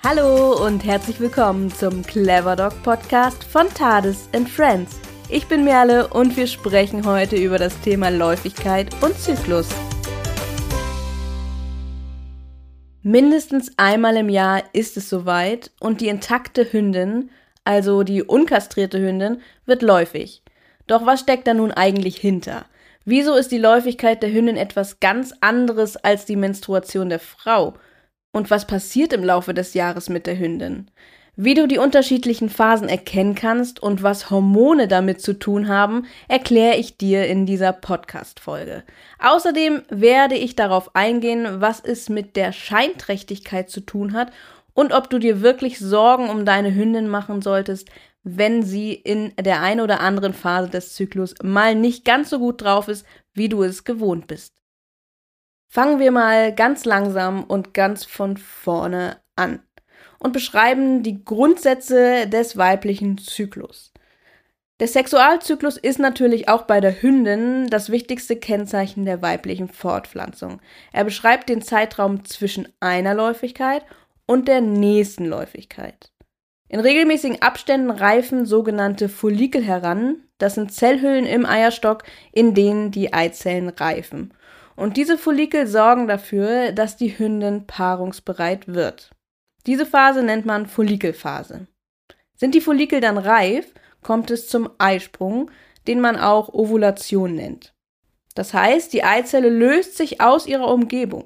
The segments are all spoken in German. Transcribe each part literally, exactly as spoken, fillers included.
Hallo und herzlich willkommen zum Clever Dog Podcast von TARDIS and Friends. Ich bin Merle und wir sprechen heute über das Thema Läufigkeit und Zyklus. Mindestens einmal im Jahr ist es soweit und die intakte Hündin, also die unkastrierte Hündin, wird läufig. Doch was steckt da nun eigentlich hinter? Wieso ist die Läufigkeit der Hündin etwas ganz anderes als die Menstruation der Frau? Und was passiert im Laufe des Jahres mit der Hündin? Wie du die unterschiedlichen Phasen erkennen kannst und was Hormone damit zu tun haben, erkläre ich dir in dieser Podcast-Folge. Außerdem werde ich darauf eingehen, was es mit der Scheinträchtigkeit zu tun hat und ob du dir wirklich Sorgen um deine Hündin machen solltest, wenn sie in der einen oder anderen Phase des Zyklus mal nicht ganz so gut drauf ist, wie du es gewohnt bist. Fangen wir mal ganz langsam und ganz von vorne an und beschreiben die Grundsätze des weiblichen Zyklus. Der Sexualzyklus ist natürlich auch bei der Hündin das wichtigste Kennzeichen der weiblichen Fortpflanzung. Er beschreibt den Zeitraum zwischen einer Läufigkeit und der nächsten Läufigkeit. In regelmäßigen Abständen reifen sogenannte Follikel heran. Das sind Zellhüllen im Eierstock, in denen die Eizellen reifen. Und diese Follikel sorgen dafür, dass die Hündin paarungsbereit wird. Diese Phase nennt man Follikelphase. Sind die Follikel dann reif, kommt es zum Eisprung, den man auch Ovulation nennt. Das heißt, die Eizelle löst sich aus ihrer Umgebung.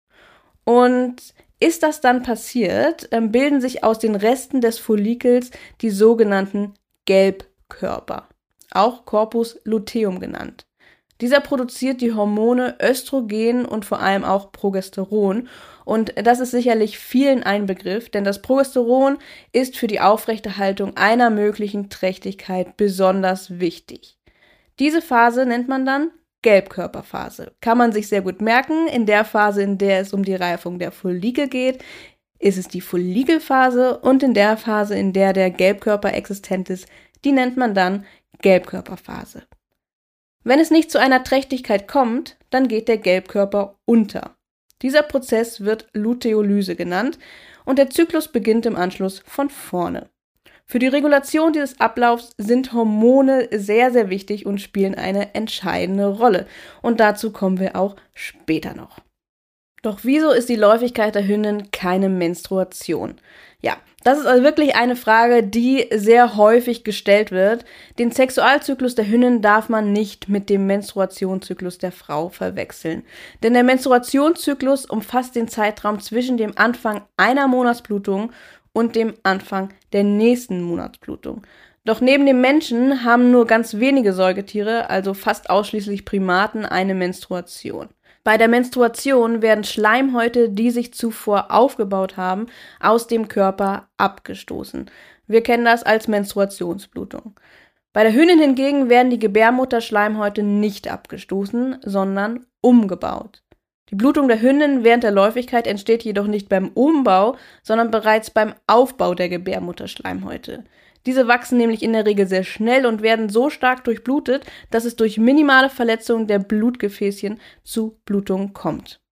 Und ist das dann passiert, bilden sich aus den Resten des Follikels die sogenannten Gelbkörper, auch Corpus luteum genannt. Dieser produziert die Hormone Östrogen und vor allem auch Progesteron. Und das ist sicherlich vielen ein Begriff, denn das Progesteron ist für die Aufrechterhaltung einer möglichen Trächtigkeit besonders wichtig. Diese Phase nennt man dann Gelbkörperphase. Kann man sich sehr gut merken. In der Phase, in der es um die Reifung der Follikel geht, ist es die Follikelphase. Und in der Phase, in der der Gelbkörper existent ist, die nennt man dann Gelbkörperphase. Wenn es nicht zu einer Trächtigkeit kommt, dann geht der Gelbkörper unter. Dieser Prozess wird Luteolyse genannt und der Zyklus beginnt im Anschluss von vorne. Für die Regulation dieses Ablaufs sind Hormone sehr, sehr wichtig und spielen eine entscheidende Rolle. Und dazu kommen wir auch später noch. Doch wieso ist die Läufigkeit der Hündin keine Menstruation? Ja, das ist also wirklich eine Frage, die sehr häufig gestellt wird. Den Sexualzyklus der Hündin darf man nicht mit dem Menstruationszyklus der Frau verwechseln. Denn der Menstruationszyklus umfasst den Zeitraum zwischen dem Anfang einer Monatsblutung und dem Anfang der nächsten Monatsblutung. Doch neben dem Menschen haben nur ganz wenige Säugetiere, also fast ausschließlich Primaten, eine Menstruation. Bei der Menstruation werden Schleimhäute, die sich zuvor aufgebaut haben, aus dem Körper abgestoßen. Wir kennen das als Menstruationsblutung. Bei der Hündin hingegen werden die Gebärmutterschleimhäute nicht abgestoßen, sondern umgebaut. Die Blutung der Hündin während der Läufigkeit entsteht jedoch nicht beim Umbau, sondern bereits beim Aufbau der Gebärmutterschleimhäute. Diese wachsen nämlich in der Regel sehr schnell und werden so stark durchblutet, dass es durch minimale Verletzungen der Blutgefäßchen zu Blutungen kommt.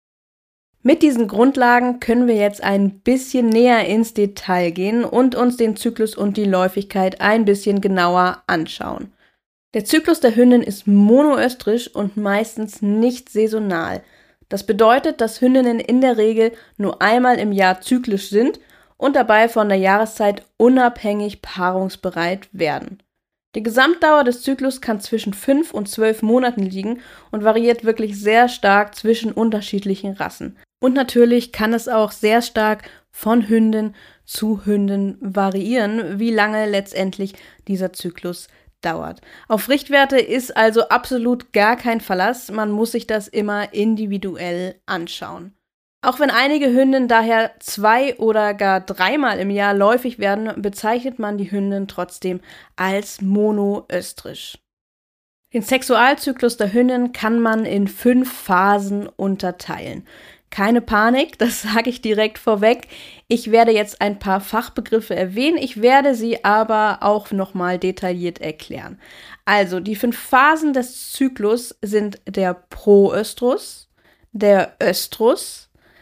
Mit diesen Grundlagen können wir jetzt ein bisschen näher ins Detail gehen und uns den Zyklus und die Läufigkeit ein bisschen genauer anschauen. Der Zyklus der Hündin ist monoöstrisch und meistens nicht saisonal. Das bedeutet, dass Hündinnen in der Regel nur einmal im Jahr zyklisch sind und dabei von der Jahreszeit unabhängig paarungsbereit werden. Die Gesamtdauer des Zyklus kann zwischen fünf und zwölf Monaten liegen und variiert wirklich sehr stark zwischen unterschiedlichen Rassen. Und natürlich kann es auch sehr stark von Hündin zu Hündin variieren, wie lange letztendlich dieser Zyklus dauert. Auf Richtwerte ist also absolut gar kein Verlass, man muss sich das immer individuell anschauen. Auch wenn einige Hündinnen daher zwei oder gar dreimal im Jahr läufig werden, bezeichnet man die Hündin trotzdem als monoöstrisch. Den Sexualzyklus der Hündin kann man in fünf Phasen unterteilen. Keine Panik, das sage ich direkt vorweg. Ich werde jetzt ein paar Fachbegriffe erwähnen, ich werde sie aber auch nochmal detailliert erklären. Also, die fünf Phasen des Zyklus sind der Proöstrus, der Östrus,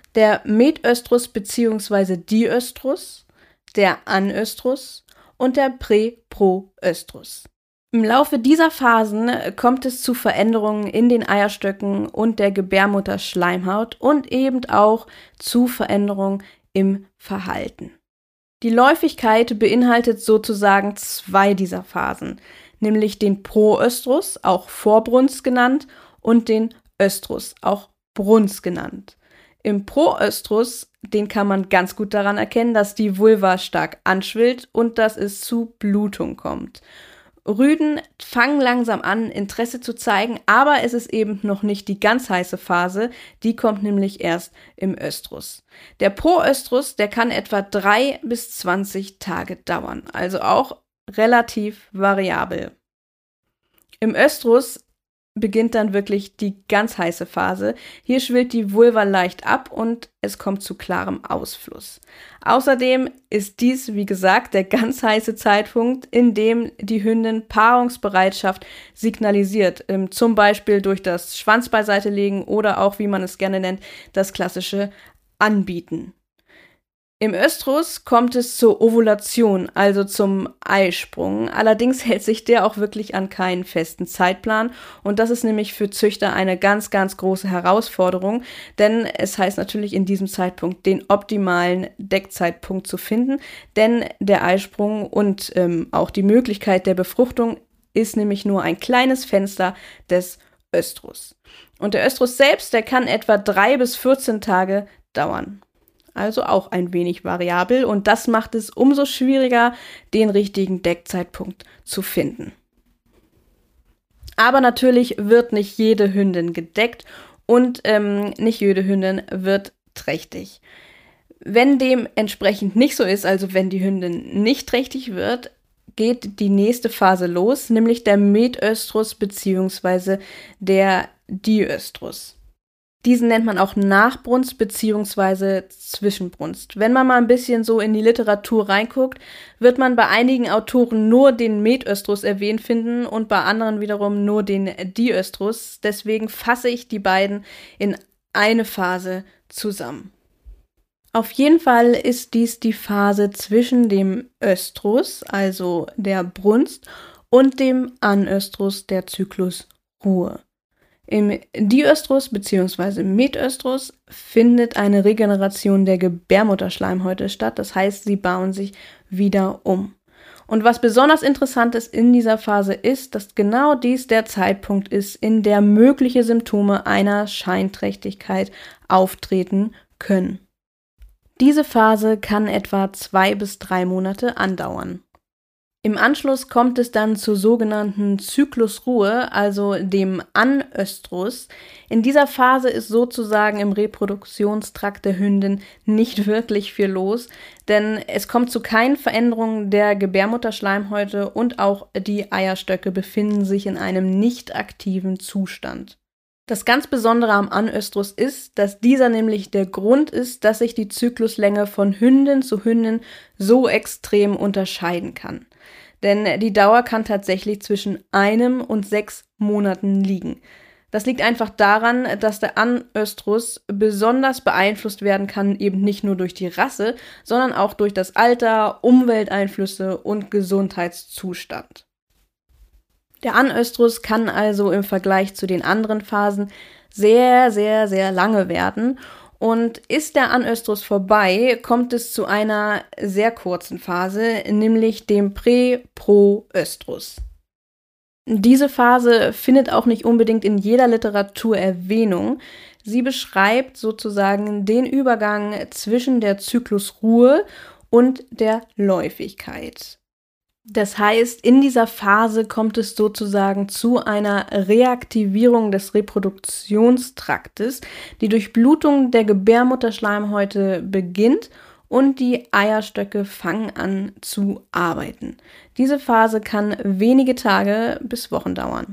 der Metöstrus bzw. Diöstrus, der Anöstrus und der Prä-Proöstrus. Im Laufe dieser Phasen kommt es zu Veränderungen in den Eierstöcken und der Gebärmutterschleimhaut und eben auch zu Veränderungen im Verhalten. Die Läufigkeit beinhaltet sozusagen zwei dieser Phasen, nämlich den Proöstrus, auch Vorbrunst genannt, und den Östrus, auch Brunst genannt. Im Proöstrus, den kann man ganz gut daran erkennen, dass die Vulva stark anschwillt und dass es zu Blutung kommt. Rüden fangen langsam an, Interesse zu zeigen, aber es ist eben noch nicht die ganz heiße Phase, die kommt nämlich erst im Östrus. Der Proöstrus, der kann etwa drei bis zwanzig Tage dauern, also auch relativ variabel. Im Östrus beginnt dann wirklich die ganz heiße Phase. Hier schwillt die Vulva leicht ab und es kommt zu klarem Ausfluss. Außerdem ist dies, wie gesagt, der ganz heiße Zeitpunkt, in dem die Hündin Paarungsbereitschaft signalisiert, ähm, zum Beispiel durch das Schwanz beiseite legen oder auch, wie man es gerne nennt, das klassische Anbieten. Im Östrus kommt es zur Ovulation, also zum Eisprung. Allerdings hält sich der auch wirklich an keinen festen Zeitplan. Und das ist nämlich für Züchter eine ganz, ganz große Herausforderung. Denn es heißt natürlich in diesem Zeitpunkt den optimalen Deckzeitpunkt zu finden. Denn der Eisprung und ähm, auch die Möglichkeit der Befruchtung ist nämlich nur ein kleines Fenster des Östrus. Und der Östrus selbst, der kann etwa drei bis vierzehn Tage dauern. Also auch ein wenig variabel und das macht es umso schwieriger, den richtigen Deckzeitpunkt zu finden. Aber natürlich wird nicht jede Hündin gedeckt und ähm, nicht jede Hündin wird trächtig. Wenn dem entsprechend nicht so ist, also wenn die Hündin nicht trächtig wird, geht die nächste Phase los, nämlich der Metöstrus bzw. der Diöstrus. Diesen nennt man auch Nachbrunst bzw. Zwischenbrunst. Wenn man mal ein bisschen so in die Literatur reinguckt, wird man bei einigen Autoren nur den Metöstrus erwähnt finden und bei anderen wiederum nur den Diöstrus. Deswegen fasse ich die beiden in eine Phase zusammen. Auf jeden Fall ist dies die Phase zwischen dem Östrus, also der Brunst, und dem Anöstrus, der Zyklusruhe. Im Diöstrus bzw. Metöstrus findet eine Regeneration der Gebärmutterschleimhäute statt, das heißt, sie bauen sich wieder um. Und was besonders interessant ist in dieser Phase ist, dass genau dies der Zeitpunkt ist, in der mögliche Symptome einer Scheinträchtigkeit auftreten können. Diese Phase kann etwa zwei bis drei Monate andauern. Im Anschluss kommt es dann zur sogenannten Zyklusruhe, also dem Anöstrus. In dieser Phase ist sozusagen im Reproduktionstrakt der Hündin nicht wirklich viel los, denn es kommt zu keinen Veränderungen der Gebärmutterschleimhäute und auch die Eierstöcke befinden sich in einem nicht aktiven Zustand. Das ganz Besondere am Anöstrus ist, dass dieser nämlich der Grund ist, dass sich die Zykluslänge von Hündin zu Hündin so extrem unterscheiden kann. Denn die Dauer kann tatsächlich zwischen einem und sechs Monaten liegen. Das liegt einfach daran, dass der Anöstrus besonders beeinflusst werden kann, eben nicht nur durch die Rasse, sondern auch durch das Alter, Umwelteinflüsse und Gesundheitszustand. Der Anöstrus kann also im Vergleich zu den anderen Phasen sehr, sehr, sehr lange werden. Und ist der Anöstrus vorbei, kommt es zu einer sehr kurzen Phase, nämlich dem Prä-Proöstrus. Diese Phase findet auch nicht unbedingt in jeder Literatur Erwähnung. Sie beschreibt sozusagen den Übergang zwischen der Zyklusruhe und der Läufigkeit. Das heißt, in dieser Phase kommt es sozusagen zu einer Reaktivierung des Reproduktionstraktes. Die Durchblutung der Gebärmutterschleimhäute beginnt und die Eierstöcke fangen an zu arbeiten. Diese Phase kann wenige Tage bis Wochen dauern.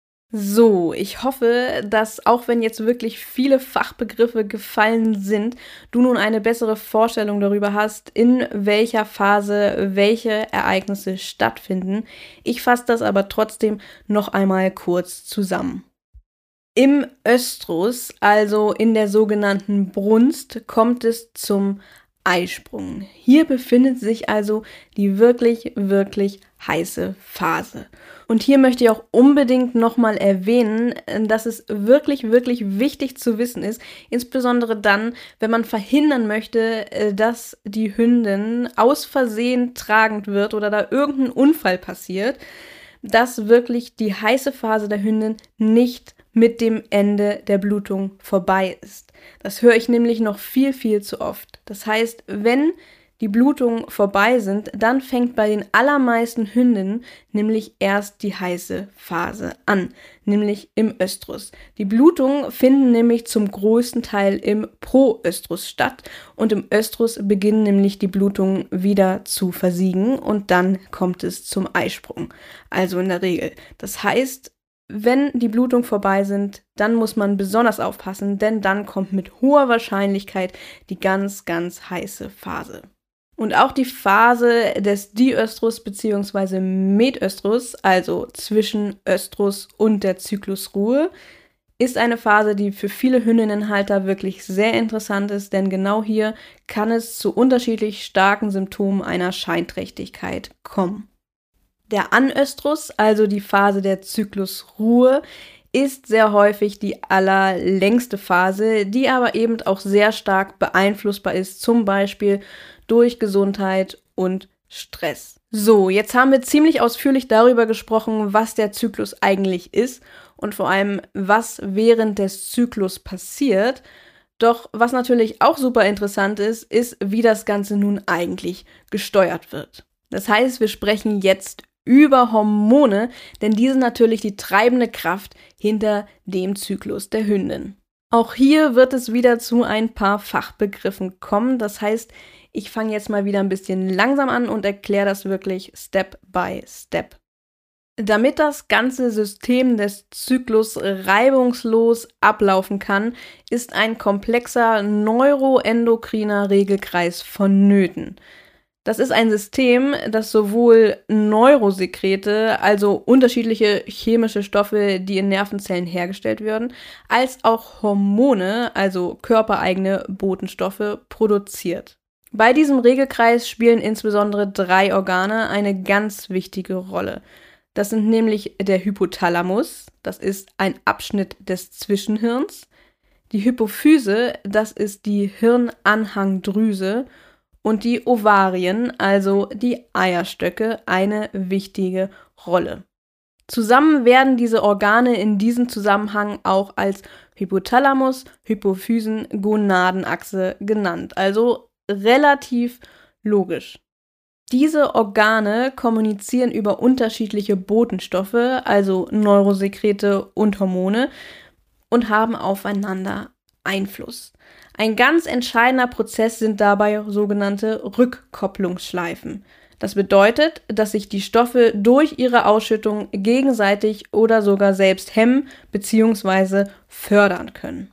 So, ich hoffe, dass auch wenn jetzt wirklich viele Fachbegriffe gefallen sind, du nun eine bessere Vorstellung darüber hast, in welcher Phase welche Ereignisse stattfinden. Ich fasse das aber trotzdem noch einmal kurz zusammen. Im Östrus, also in der sogenannten Brunst, kommt es zum Eisprung. Hier befindet sich also die wirklich, wirklich heiße Phase. Und hier möchte ich auch unbedingt nochmal erwähnen, dass es wirklich, wirklich wichtig zu wissen ist, insbesondere dann, wenn man verhindern möchte, dass die Hündin aus Versehen tragend wird oder da irgendein Unfall passiert, dass wirklich die heiße Phase der Hündin nicht mit dem Ende der Blutung vorbei ist. Das höre ich nämlich noch viel, viel zu oft. Das heißt, wenn die Blutungen vorbei sind, dann fängt bei den allermeisten Hündinnen nämlich erst die heiße Phase an, nämlich im Östrus. Die Blutungen finden nämlich zum größten Teil im Proöstrus statt und im Östrus beginnen nämlich die Blutungen wieder zu versiegen und dann kommt es zum Eisprung, also in der Regel. Das heißt, wenn die Blutungen vorbei sind, dann muss man besonders aufpassen, denn dann kommt mit hoher Wahrscheinlichkeit die ganz, ganz heiße Phase. Und auch die Phase des Diöstrus bzw. Metöstrus, also zwischen Östrus und der Zyklusruhe, ist eine Phase, die für viele Hündinnenhalter wirklich sehr interessant ist, denn genau hier kann es zu unterschiedlich starken Symptomen einer Scheinträchtigkeit kommen. Der Anöstrus, also die Phase der Zyklusruhe, ist sehr häufig die allerlängste Phase, die aber eben auch sehr stark beeinflussbar ist, zum Beispiel durch Gesundheit und Stress. So, jetzt haben wir ziemlich ausführlich darüber gesprochen, was der Zyklus eigentlich ist und vor allem, was während des Zyklus passiert. Doch was natürlich auch super interessant ist, ist, wie das Ganze nun eigentlich gesteuert wird. Das heißt, wir sprechen jetzt über Hormone, denn die sind natürlich die treibende Kraft hinter dem Zyklus der Hündin. Auch hier wird es wieder zu ein paar Fachbegriffen kommen. Das heißt, ich fange jetzt mal wieder ein bisschen langsam an und erkläre das wirklich Step by Step. Damit das ganze System des Zyklus reibungslos ablaufen kann, ist ein komplexer neuroendokriner Regelkreis vonnöten. Das ist ein System, das sowohl Neurosekrete, also unterschiedliche chemische Stoffe, die in Nervenzellen hergestellt werden, als auch Hormone, also körpereigene Botenstoffe, produziert. Bei diesem Regelkreis spielen insbesondere drei Organe eine ganz wichtige Rolle. Das sind nämlich der Hypothalamus, das ist ein Abschnitt des Zwischenhirns, die Hypophyse, das ist die Hirnanhangdrüse, und die Ovarien, also die Eierstöcke, eine wichtige Rolle. Zusammen werden diese Organe in diesem Zusammenhang auch als Hypothalamus, Hypophysen, Gonadenachse genannt, also relativ logisch. Diese Organe kommunizieren über unterschiedliche Botenstoffe, also Neurosekrete und Hormone, und haben aufeinander Einfluss. Ein ganz entscheidender Prozess sind dabei sogenannte Rückkopplungsschleifen. Das bedeutet, dass sich die Stoffe durch ihre Ausschüttung gegenseitig oder sogar selbst hemmen bzw. fördern können.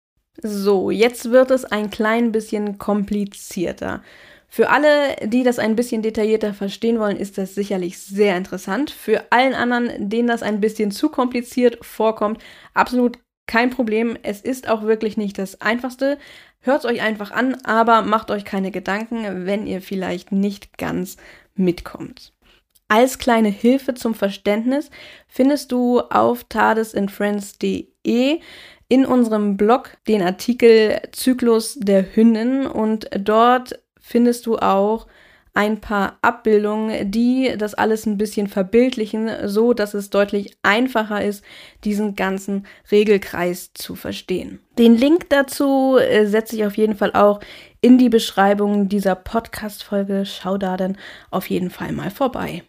So, jetzt wird es ein klein bisschen komplizierter. Für alle, die das ein bisschen detaillierter verstehen wollen, ist das sicherlich sehr interessant. Für allen anderen, denen das ein bisschen zu kompliziert vorkommt, absolut kein Problem, es ist auch wirklich nicht das Einfachste. Hört es euch einfach an, aber macht euch keine Gedanken, wenn ihr vielleicht nicht ganz mitkommt. Als kleine Hilfe zum Verständnis findest du auf tardesandfriends punkt de in unserem Blog den Artikel Zyklus der Hündin und dort findest du auch ein paar Abbildungen, die das alles ein bisschen verbildlichen, so dass es deutlich einfacher ist, diesen ganzen Regelkreis zu verstehen. Den Link dazu äh, setze ich auf jeden Fall auch in die Beschreibung dieser Podcast-Folge. Schau da dann auf jeden Fall mal vorbei.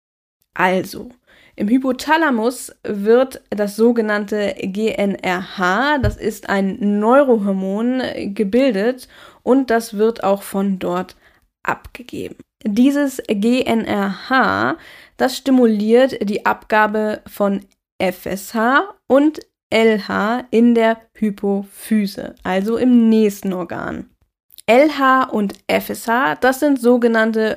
Also, im Hypothalamus wird das sogenannte G N R H, das ist ein Neurohormon, gebildet und das wird auch von dort abgegeben. Dieses G N R H, das stimuliert die Abgabe von F S H und L H in der Hypophyse, also im nächsten Organ. L H und F S H, das sind sogenannte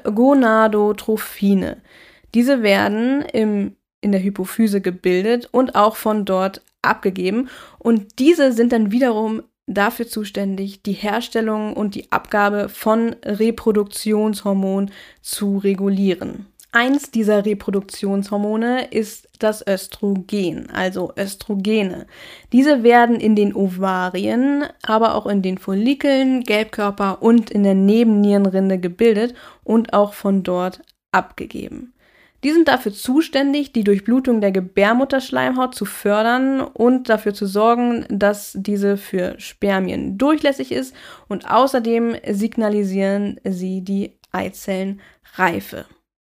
Gonadotrophine. Diese werden im, in der Hypophyse gebildet und auch von dort abgegeben und diese sind dann wiederum dafür zuständig, die Herstellung und die Abgabe von Reproduktionshormonen zu regulieren. Eins dieser Reproduktionshormone ist das Östrogen, also Östrogene. Diese werden in den Ovarien, aber auch in den Follikeln, Gelbkörper und in der Nebennierenrinde gebildet und auch von dort abgegeben. Die sind dafür zuständig, die Durchblutung der Gebärmutterschleimhaut zu fördern und dafür zu sorgen, dass diese für Spermien durchlässig ist und außerdem signalisieren sie die Eizellenreife.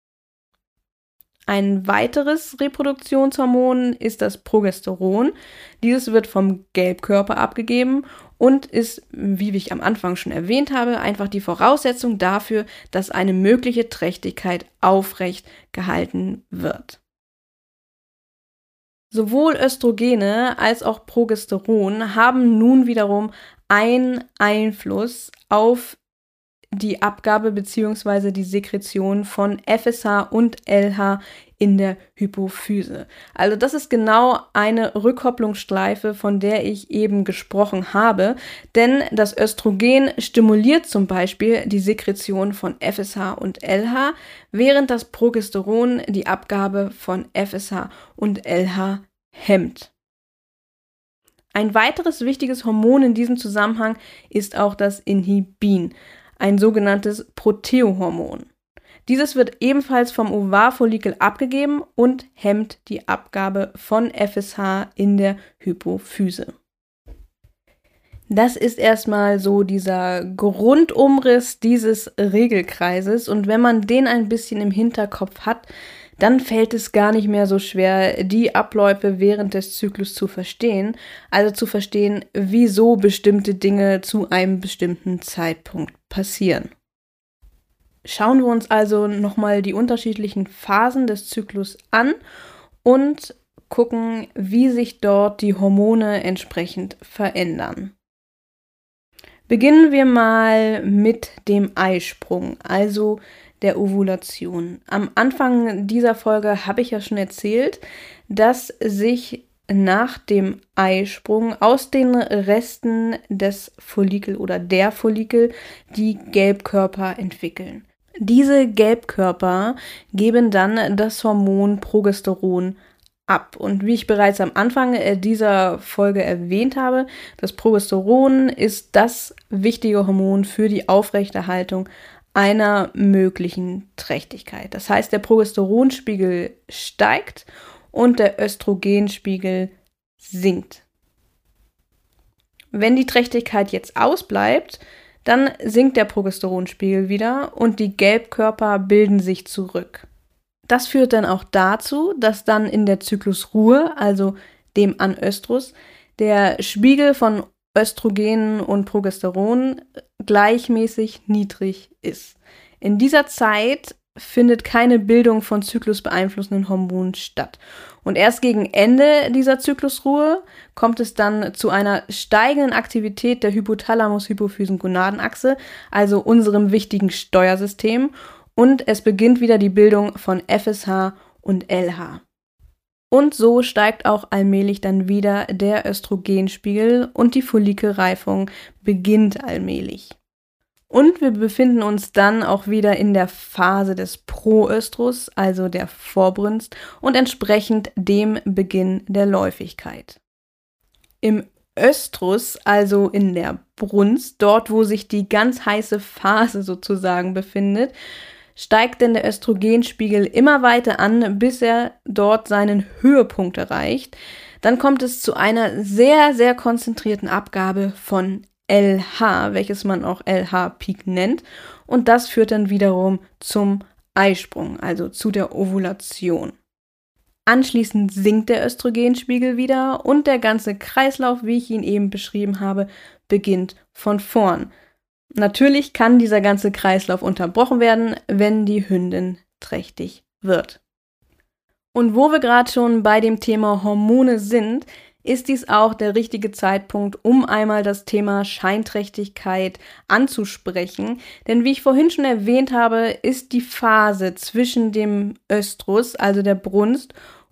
Ein weiteres Reproduktionshormon ist das Progesteron. Dieses wird vom Gelbkörper abgegeben und ist, wie ich am Anfang schon erwähnt habe, einfach die Voraussetzung dafür, dass eine mögliche Trächtigkeit aufrecht gehalten wird. Sowohl Östrogene als auch Progesteron haben nun wiederum einen Einfluss auf die Abgabe bzw. die Sekretion von F S H und L H in der Hypophyse. Also das ist genau eine Rückkopplungsschleife, von der ich eben gesprochen habe, denn das Östrogen stimuliert zum Beispiel die Sekretion von F S H und L H, während das Progesteron die Abgabe von F S H und L H hemmt. Ein weiteres wichtiges Hormon in diesem Zusammenhang ist auch das Inhibin, ein sogenanntes Proteohormon. Dieses wird ebenfalls vom Ovarfollikel abgegeben und hemmt die Abgabe von F S H in der Hypophyse. Das ist erstmal so dieser Grundumriss dieses Regelkreises und wenn man den ein bisschen im Hinterkopf hat, dann fällt es gar nicht mehr so schwer, die Abläufe während des Zyklus zu verstehen, also zu verstehen, wieso bestimmte Dinge zu einem bestimmten Zeitpunkt passieren. Schauen wir uns also nochmal die unterschiedlichen Phasen des Zyklus an und gucken, wie sich dort die Hormone entsprechend verändern. Beginnen wir mal mit dem Eisprung, also der Ovulation. Am Anfang dieser Folge habe ich ja schon erzählt, dass sich nach dem Eisprung aus den Resten des Follikel oder der Follikel die Gelbkörper entwickeln. Diese Gelbkörper geben dann das Hormon Progesteron ab. Und wie ich bereits am Anfang dieser Folge erwähnt habe, das Progesteron ist das wichtige Hormon für die Aufrechterhaltung einer möglichen Trächtigkeit. Das heißt, der Progesteronspiegel steigt und der Östrogenspiegel sinkt. Wenn die Trächtigkeit jetzt ausbleibt, dann sinkt der Progesteronspiegel wieder und die Gelbkörper bilden sich zurück. Das führt dann auch dazu, dass dann in der Zyklusruhe, also dem Anöstrus, der Spiegel von Östrogenen und Progesteron gleichmäßig niedrig ist. In dieser Zeit findet keine Bildung von zyklusbeeinflussenden Hormonen statt. Und erst gegen Ende dieser Zyklusruhe kommt es dann zu einer steigenden Aktivität der Hypothalamus-Hypophysen-Gonadenachse, also unserem wichtigen Steuersystem, und es beginnt wieder die Bildung von F S H und L H. Und so steigt auch allmählich dann wieder der Östrogenspiegel und die Follikelreifung beginnt allmählich. Und wir befinden uns dann auch wieder in der Phase des Proöstrus, also der Vorbrunst und entsprechend dem Beginn der Läufigkeit. Im Östrus, also in der Brunst, dort wo sich die ganz heiße Phase sozusagen befindet, steigt denn der Östrogenspiegel immer weiter an, bis er dort seinen Höhepunkt erreicht. Dann kommt es zu einer sehr, sehr konzentrierten Abgabe von L H, welches man auch L H-Peak nennt. Und das führt dann wiederum zum Eisprung, also zu der Ovulation. Anschließend sinkt der Östrogenspiegel wieder und der ganze Kreislauf, wie ich ihn eben beschrieben habe, beginnt von vorn. Natürlich kann dieser ganze Kreislauf unterbrochen werden, wenn die Hündin trächtig wird. Und wo wir gerade schon bei dem Thema Hormone sind, ist dies auch der richtige Zeitpunkt, um einmal das Thema Scheinträchtigkeit anzusprechen. Denn wie ich vorhin schon erwähnt habe, ist die Phase zwischen dem Östrus, also der Brunst,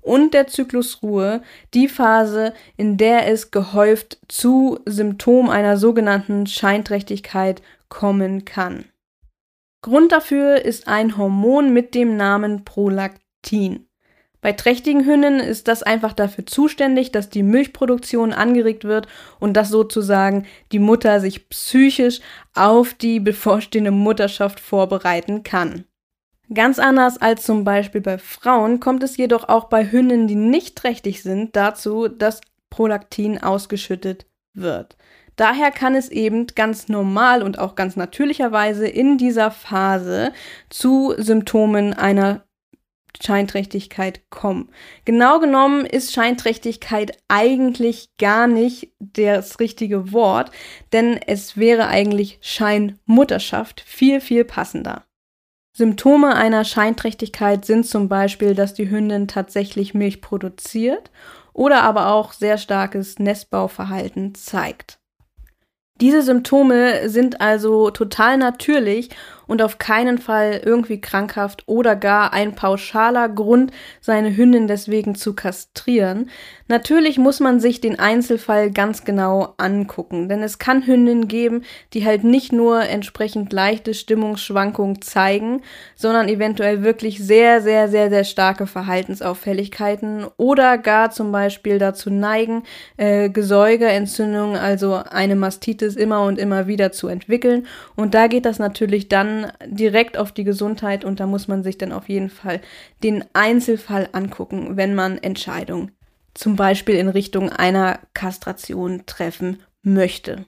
und der Zyklusruhe die Phase, in der es gehäuft zu Symptomen einer sogenannten Scheinträchtigkeit kommen kann. Grund dafür ist ein Hormon mit dem Namen Prolaktin. Bei trächtigen Hündinnen ist das einfach dafür zuständig, dass die Milchproduktion angeregt wird und dass sozusagen die Mutter sich psychisch auf die bevorstehende Mutterschaft vorbereiten kann. Ganz anders als zum Beispiel bei Frauen kommt es jedoch auch bei Hündinnen, die nicht trächtig sind, dazu, dass Prolaktin ausgeschüttet wird. Daher kann es eben ganz normal und auch ganz natürlicherweise in dieser Phase zu Symptomen einer Scheinträchtigkeit kommen. Genau genommen ist Scheinträchtigkeit eigentlich gar nicht das richtige Wort, denn es wäre eigentlich Scheinmutterschaft viel, viel passender. Symptome einer Scheinträchtigkeit sind zum Beispiel, dass die Hündin tatsächlich Milch produziert oder aber auch sehr starkes Nestbauverhalten zeigt. Diese Symptome sind also total natürlich und auf keinen Fall irgendwie krankhaft oder gar ein pauschaler Grund, seine Hündin deswegen zu kastrieren. Natürlich muss man sich den Einzelfall ganz genau angucken, denn es kann Hündinnen geben, die halt nicht nur entsprechend leichte Stimmungsschwankungen zeigen, sondern eventuell wirklich sehr, sehr, sehr, sehr starke Verhaltensauffälligkeiten oder gar zum Beispiel dazu neigen, äh, Gesäugeentzündungen, also eine Mastitis immer und immer wieder zu entwickeln. Und da geht das natürlich dann direkt auf die Gesundheit und da muss man sich dann auf jeden Fall den Einzelfall angucken, wenn man Entscheidungen zum Beispiel in Richtung einer Kastration treffen möchte.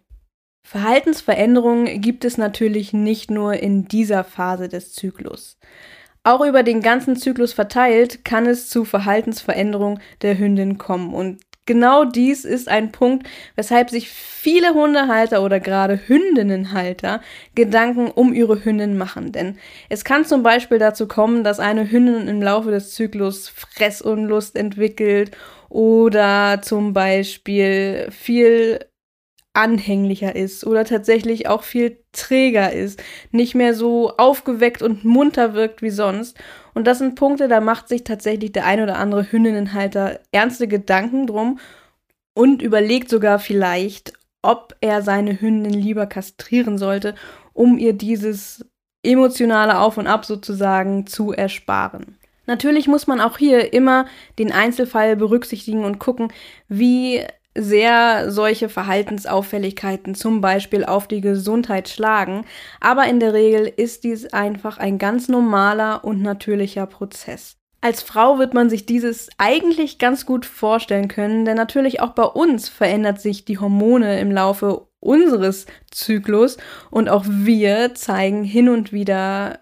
Verhaltensveränderungen gibt es natürlich nicht nur in dieser Phase des Zyklus. Auch über den ganzen Zyklus verteilt kann es zu Verhaltensveränderungen der Hündin kommen und genau dies ist ein Punkt, weshalb sich viele Hundehalter oder gerade Hündinnenhalter Gedanken um ihre Hündin machen. Denn es kann zum Beispiel dazu kommen, dass eine Hündin im Laufe des Zyklus Fressunlust entwickelt oder zum Beispiel viel anhänglicher ist oder tatsächlich auch viel träger ist, nicht mehr so aufgeweckt und munter wirkt wie sonst. Und das sind Punkte, da macht sich tatsächlich der ein oder andere Hündinnenhalter ernste Gedanken drum und überlegt sogar vielleicht, ob er seine Hündin lieber kastrieren sollte, um ihr dieses emotionale Auf und Ab sozusagen zu ersparen. Natürlich muss man auch hier immer den Einzelfall berücksichtigen und gucken, wie sehr solche Verhaltensauffälligkeiten zum Beispiel auf die Gesundheit schlagen, aber in der Regel ist dies einfach ein ganz normaler und natürlicher Prozess. Als Frau wird man sich dieses eigentlich ganz gut vorstellen können, denn natürlich auch bei uns verändert sich die Hormone im Laufe unseres Zyklus und auch wir zeigen hin und wieder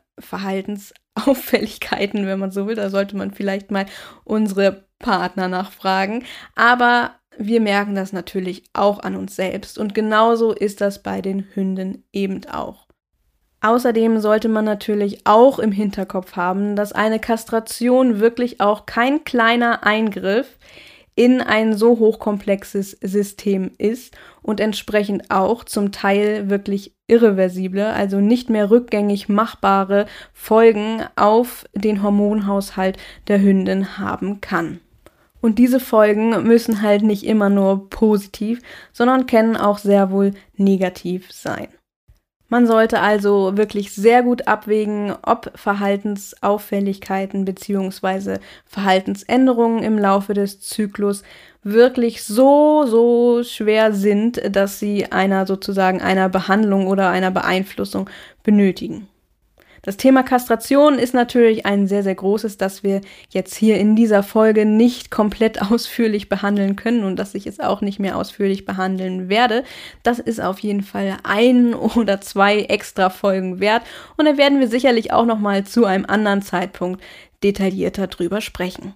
Verhaltensauffälligkeiten, wenn man so will. Da sollte man vielleicht mal unsere Partner nachfragen, aber wir merken das natürlich auch an uns selbst und genauso ist das bei den Hündinnen eben auch. Außerdem sollte man natürlich auch im Hinterkopf haben, dass eine Kastration wirklich auch kein kleiner Eingriff in ein so hochkomplexes System ist und entsprechend auch zum Teil wirklich irreversible, also nicht mehr rückgängig machbare Folgen auf den Hormonhaushalt der Hündin haben kann. Und diese Folgen müssen halt nicht immer nur positiv, sondern können auch sehr wohl negativ sein. Man sollte also wirklich sehr gut abwägen, ob Verhaltensauffälligkeiten bzw. Verhaltensänderungen im Laufe des Zyklus wirklich so, so schwer sind, dass sie einer sozusagen einer Behandlung oder einer Beeinflussung benötigen. Das Thema Kastration ist natürlich ein sehr, sehr großes, das wir jetzt hier in dieser Folge nicht komplett ausführlich behandeln können und das ich es auch nicht mehr ausführlich behandeln werde. Das ist auf jeden Fall ein oder zwei extra Folgen wert und da werden wir sicherlich auch nochmal zu einem anderen Zeitpunkt detaillierter drüber sprechen.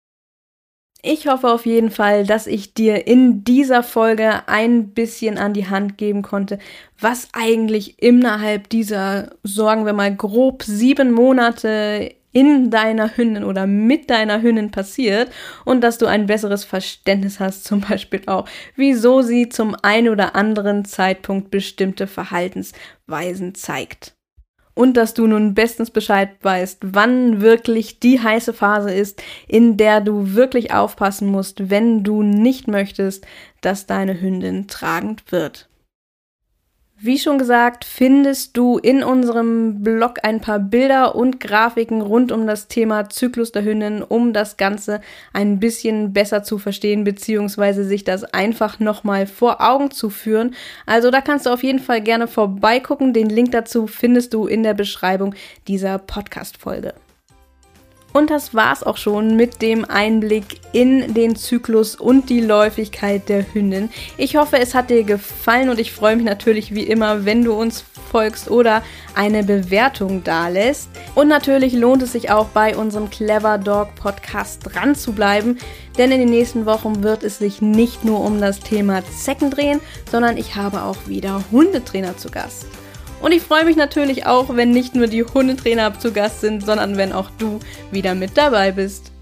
Ich hoffe auf jeden Fall, dass ich dir in dieser Folge ein bisschen an die Hand geben konnte, was eigentlich innerhalb dieser, sagen wir mal, grob sieben Monate in deiner Hündin oder mit deiner Hündin passiert und dass du ein besseres Verständnis hast, zum Beispiel auch, wieso sie zum einen oder anderen Zeitpunkt bestimmte Verhaltensweisen zeigt. und dass du nun bestens Bescheid weißt, wann wirklich die heiße Phase ist, in der du wirklich aufpassen musst, wenn du nicht möchtest, dass deine Hündin tragend wird. Wie schon gesagt, findest du in unserem Blog ein paar Bilder und Grafiken rund um das Thema Zyklus der Hündin, um das Ganze ein bisschen besser zu verstehen, beziehungsweise sich das einfach nochmal vor Augen zu führen. Also da kannst du auf jeden Fall gerne vorbeigucken. Den Link dazu findest du in der Beschreibung dieser Podcast-Folge. Und das war's auch schon mit dem Einblick in den Zyklus und die Läufigkeit der Hündin. Ich hoffe, es hat dir gefallen und ich freue mich natürlich wie immer, wenn du uns folgst oder eine Bewertung dalässt. Und natürlich lohnt es sich auch, bei unserem Clever Dog Podcast dran zu bleiben, denn in den nächsten Wochen wird es sich nicht nur um das Thema Zecken drehen, sondern ich habe auch wieder Hundetrainer zu Gast. Und ich freue mich natürlich auch, wenn nicht nur die Hundetrainer zu Gast sind, sondern wenn auch du wieder mit dabei bist.